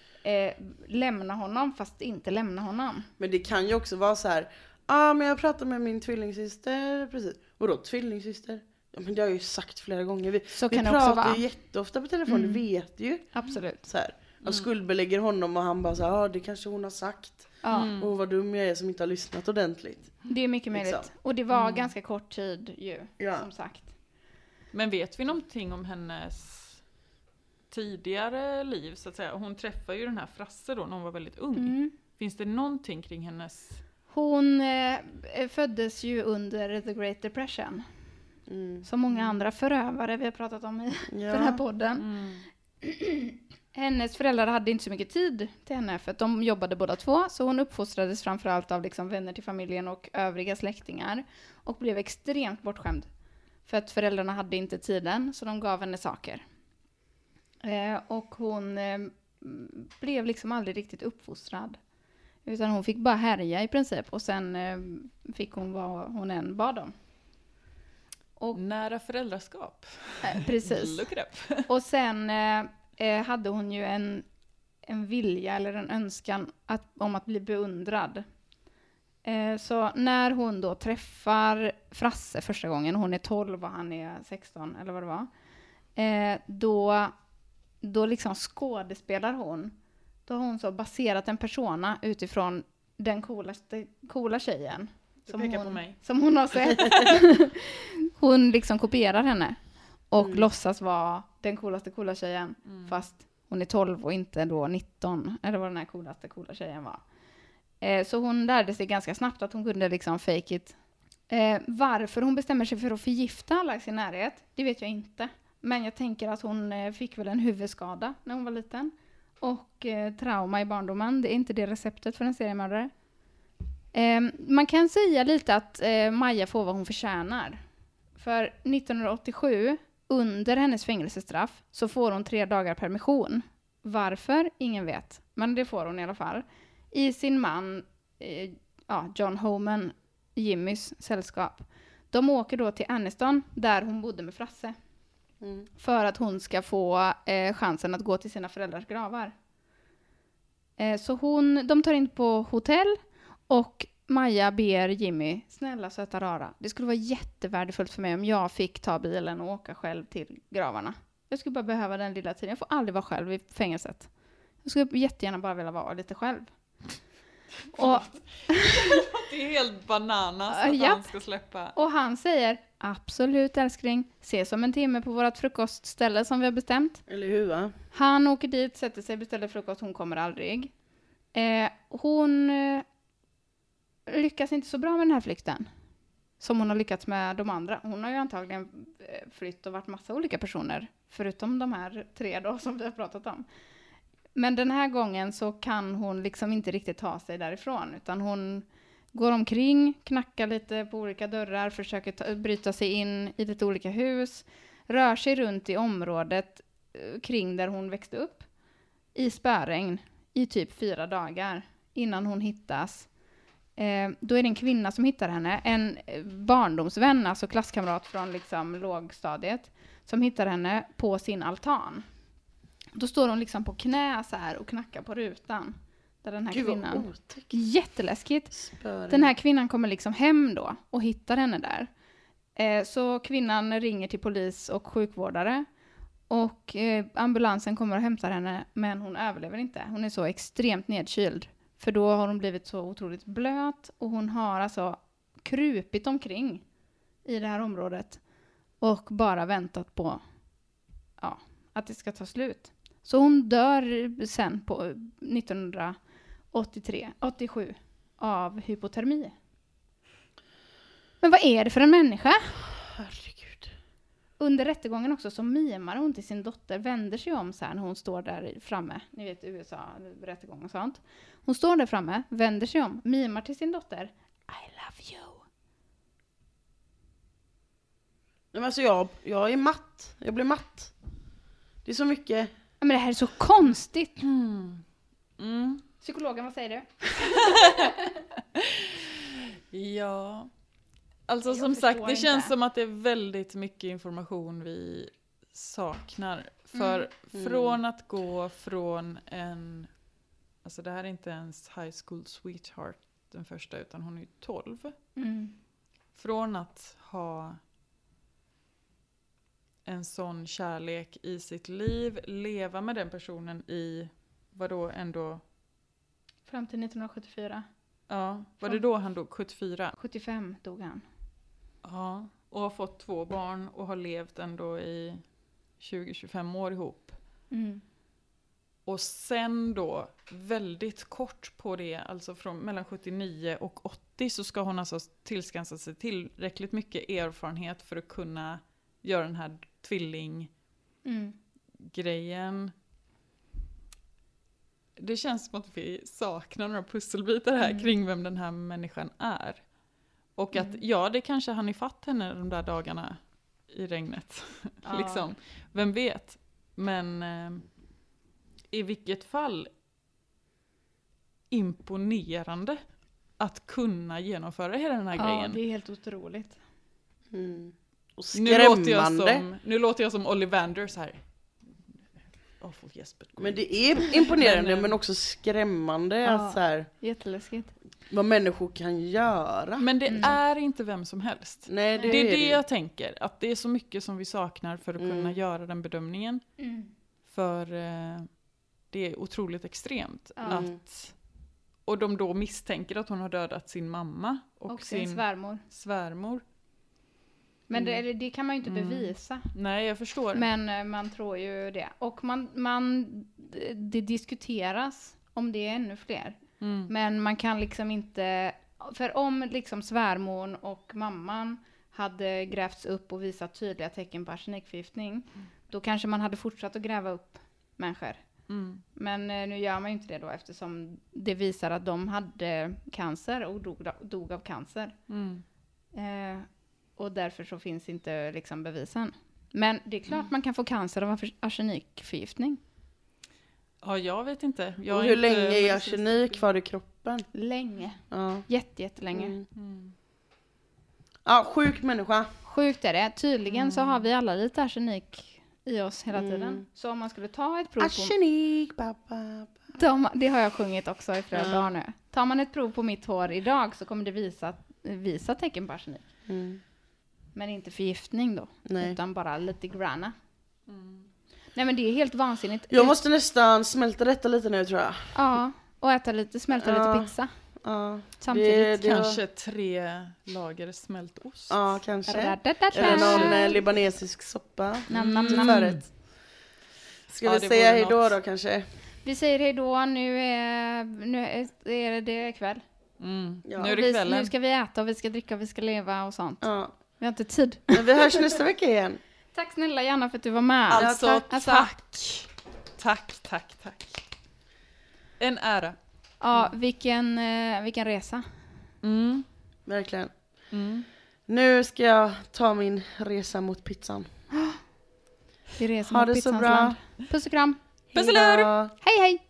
lämna honom fast inte lämna honom. Men det kan ju också vara så här, men jag pratar med min tvillingsyster precis. Vadå tvillingsyster? Ja, men det har jag ju sagt flera gånger. Vi pratar ju jätteofta på telefon, du vet ju. Absolut. Så här. Jag skuldbelägger honom och han bara så här, det kanske hon har sagt. Och vad dum jag är som inte har lyssnat ordentligt. Det är mycket möjligt. Liksom. Och det var ganska kort tid ju, som sagt. Men vet vi någonting om hennes tidigare liv så att säga? Hon träffade ju den här Frasse då när hon var väldigt ung. Finns det någonting kring hennes... Hon föddes ju under The Great Depression. Som många andra förövare vi har pratat om i den här podden. Hennes föräldrar hade inte så mycket tid till henne för att de jobbade båda två. Så hon uppfostrades framförallt av liksom vänner till familjen och övriga släktingar. Och blev extremt bortskämd. För att föräldrarna hade inte tiden så de gav henne saker. Och hon blev liksom aldrig riktigt uppfostrad. Utan hon fick bara härja i princip. Och sen fick hon vad hon än bad om. Och, nära föräldraskap. Precis. Look it up. Och sen hade hon ju en vilja eller en önskan om att bli beundrad. Så när hon då träffar Frasse första gången, hon är 12 och han är 16 eller vad det var. Då liksom skådespelar hon. Då har hon så baserat en persona utifrån den coola tjejen. Som hon har sett. Hon liksom kopierar henne. Och låtsas vara den coolaste coola tjejen. Fast hon är 12 och inte då 19. Eller vad den här coolaste coola tjejen var. Så hon lärde sig ganska snabbt att hon kunde liksom fake it. Varför hon bestämmer sig för att förgifta alla i sin närhet, det vet jag inte. Men jag tänker att hon fick väl en huvudskada när hon var liten. Och trauma i barndomen, det är inte det receptet för en seriemördare. Man kan säga lite att Maja får vad hon förtjänar. För 1987, under hennes fängelsestraff, så får hon 3 dagar permission. Varför? Ingen vet. Men det får hon i alla fall. I sin man, John Homan, Jimmys sällskap. De åker då till Anniston, där hon bodde med Frasse. För att hon ska få chansen att gå till sina föräldrars gravar. Så de tar in på hotell och Maja ber Jimmy, snälla söta rara. Det skulle vara jättevärdefullt för mig om jag fick ta bilen och åka själv till gravarna. Jag skulle bara behöva den lilla tiden. Jag får aldrig vara själv i fängelset. Jag skulle jättegärna bara vilja vara lite själv. Och det är helt bananas att han ska släppa. Och han säger, absolut älskling, ses om en timme på vårt frukostställe som vi har bestämt. Eller hur va? Han åker dit, sätter sig, beställer frukost, hon kommer aldrig. Hon lyckas inte så bra med den här flykten. Som hon har lyckats med de andra. Hon har ju antagligen flytt och varit massa olika personer. Förutom de här 3 då som vi har pratat om. Men den här gången så kan hon liksom inte riktigt ta sig därifrån. Utan hon går omkring, knackar lite på olika dörrar. Försöker bryta sig in i lite olika hus. Rör sig runt i området kring där hon växte upp. I spöregn. I typ 4 dagar. Innan hon hittas. Då är det en kvinna som hittar henne. En barndomsvän, alltså klasskamrat från liksom lågstadiet. Som hittar henne på sin altan. Då står hon liksom på knä så här och knackar på rutan. Där den här kvinnan... Jätteläskigt. Spöring. Den här kvinnan kommer liksom hem då och hittar henne där. Så kvinnan ringer till polis och sjukvårdare. Och ambulansen kommer och hämtar henne, men hon överlever inte. Hon är så extremt nedkyld. För då har hon blivit så otroligt blöt och hon har alltså krupit omkring i det här området och bara väntat på att det ska ta slut. Så hon dör sen på 1987 av hypotermi. Men vad är det för en människa? Herregud. Under rättegången också så mimar hon till sin dotter, vänder sig om så här när hon står där framme. Ni vet USA, rättegång och sånt. Hon står där framme, vänder sig om, mimar till sin dotter. I love you. Men alltså jag är matt. Jag blir matt. Det är så mycket. Men det här är så konstigt. Psykologen, vad säger du? Ja, alltså som sagt, det känns som att det är väldigt mycket information vi saknar. För från att gå från en, alltså det här är inte ens high school sweetheart den första, utan hon är ju 12. Från att ha en sån kärlek i sitt liv, leva med den personen i, vadå ändå? Fram till 1974. Ja, var det då han dog? 74? 75 dog han. Ja, och har fått 2 barn och har levt ändå i 20-25 år ihop. Och sen då, väldigt kort på det, alltså från mellan 79 och 80 så ska hon alltså tillskansa sig tillräckligt mycket erfarenhet för att kunna göra den här tvillinggrejen. Det känns som att vi saknar några pusselbitar här kring vem den här människan är. Och att det kanske han ifatt henne de där dagarna i regnet. Liksom. Vem vet? Men i vilket fall imponerande att kunna genomföra hela den här grejen. Ja, det är helt otroligt. Och skrämmande. Nu låter jag som Ollivander så här. Men det är imponerande men också skrämmande att så här, jätteläskigt. Vad människor kan göra. Men det är inte vem som helst. Nej, det är det jag tänker. Att det är så mycket som vi saknar för att kunna göra den bedömningen. För det är otroligt extremt. Och de då misstänker att hon har dödat sin mamma och sin svärmor. Men det kan man ju inte bevisa. Nej, jag förstår. Men man tror ju det. Och det diskuteras om det är ännu fler. Men man kan liksom inte... För om liksom svärmor och mamman hade grävts upp och visat tydliga tecken på arsenikförgiftning, då kanske man hade fortsatt att gräva upp människor. Men nu gör man ju inte det då, eftersom det visar att de hade cancer och dog av cancer. Och därför så finns inte liksom bevisen. Men det är klart man kan få cancer av arsenikförgiftning. Ja, jag vet inte. Och hur länge är arsenik kvar i kroppen? Länge. Ja. Jättelänge. Ja, sjuk människa. Sjukt är det. Tydligen så har vi alla lite arsenik i oss hela tiden. Så om man skulle ta ett prov arsenik, det har jag sjungit också i flera dagar nu. Tar man ett prov på mitt hår idag så kommer det visa tecken på arsenik. Men inte förgiftning då. Nej. Utan bara lite grana. Nej, men det är helt vansinnigt. Jag måste nästan smälta detta lite nu, tror jag. Ja, och smälta lite pizza. Ja. Samtidigt. Kanske 3 lager smältost. Ja, kanske. Eller någon libanesisk soppa. Förrätt. Ska vi säga hej då kanske? Vi säger hej då. Nu är det kväll. Ja. Nu är det kvällen. Nu ska vi äta och vi ska dricka och vi ska leva och sånt. Ja. Vi har inte tid. Men vi hörs nästa vecka igen. Tack snälla Janna för att du var med. Alltså, tack. En ära. Ja, vilken resa. Verkligen. Nu ska jag ta min resa mot pizzan. Vi reser ha mot det pizzans så bra. land. Puss och kram. Puss och lur. Hej.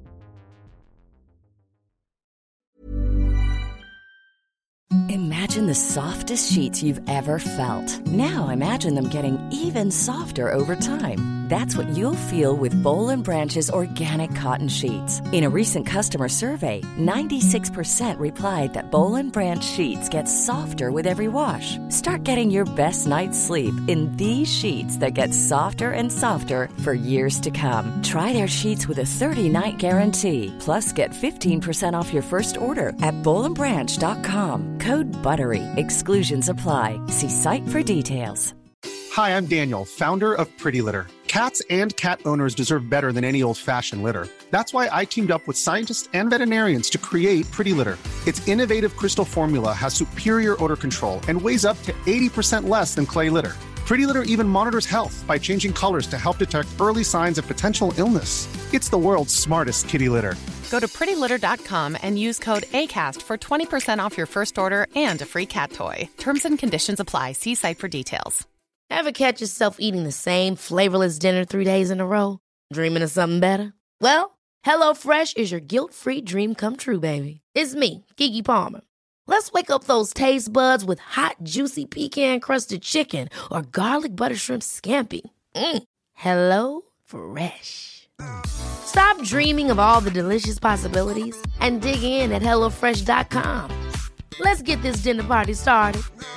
Imagine the softest sheets you've ever felt. Now imagine them getting even softer over time. That's what you'll feel with Boll & Branch's organic cotton sheets. In a recent customer survey, 96% replied that Boll & Branch sheets get softer with every wash. Start getting your best night's sleep in these sheets that get softer and softer for years to come. Try their sheets with a 30-night guarantee. Plus, get 15% off your first order at bollandbranch.com. Code BUTTERY. Exclusions apply. See site for details. Hi, I'm Daniel, founder of Pretty Litter. Cats and cat owners deserve better than any old-fashioned litter. That's why I teamed up with scientists and veterinarians to create Pretty Litter. Its innovative crystal formula has superior odor control and weighs up to 80% less than clay litter. Pretty Litter even monitors health by changing colors to help detect early signs of potential illness. It's the world's smartest kitty litter. Go to prettylitter.com and use code ACAST for 20% off your first order and a free cat toy. Terms and conditions apply. See site for details. Ever catch yourself eating the same flavorless dinner 3 days in a row? Dreaming of something better? Well, HelloFresh is your guilt-free dream come true, baby. It's me, Keke Palmer. Let's wake up those taste buds with hot, juicy pecan-crusted chicken or garlic butter shrimp scampi. Hello Fresh. Stop dreaming of all the delicious possibilities and dig in at HelloFresh.com. Let's get this dinner party started.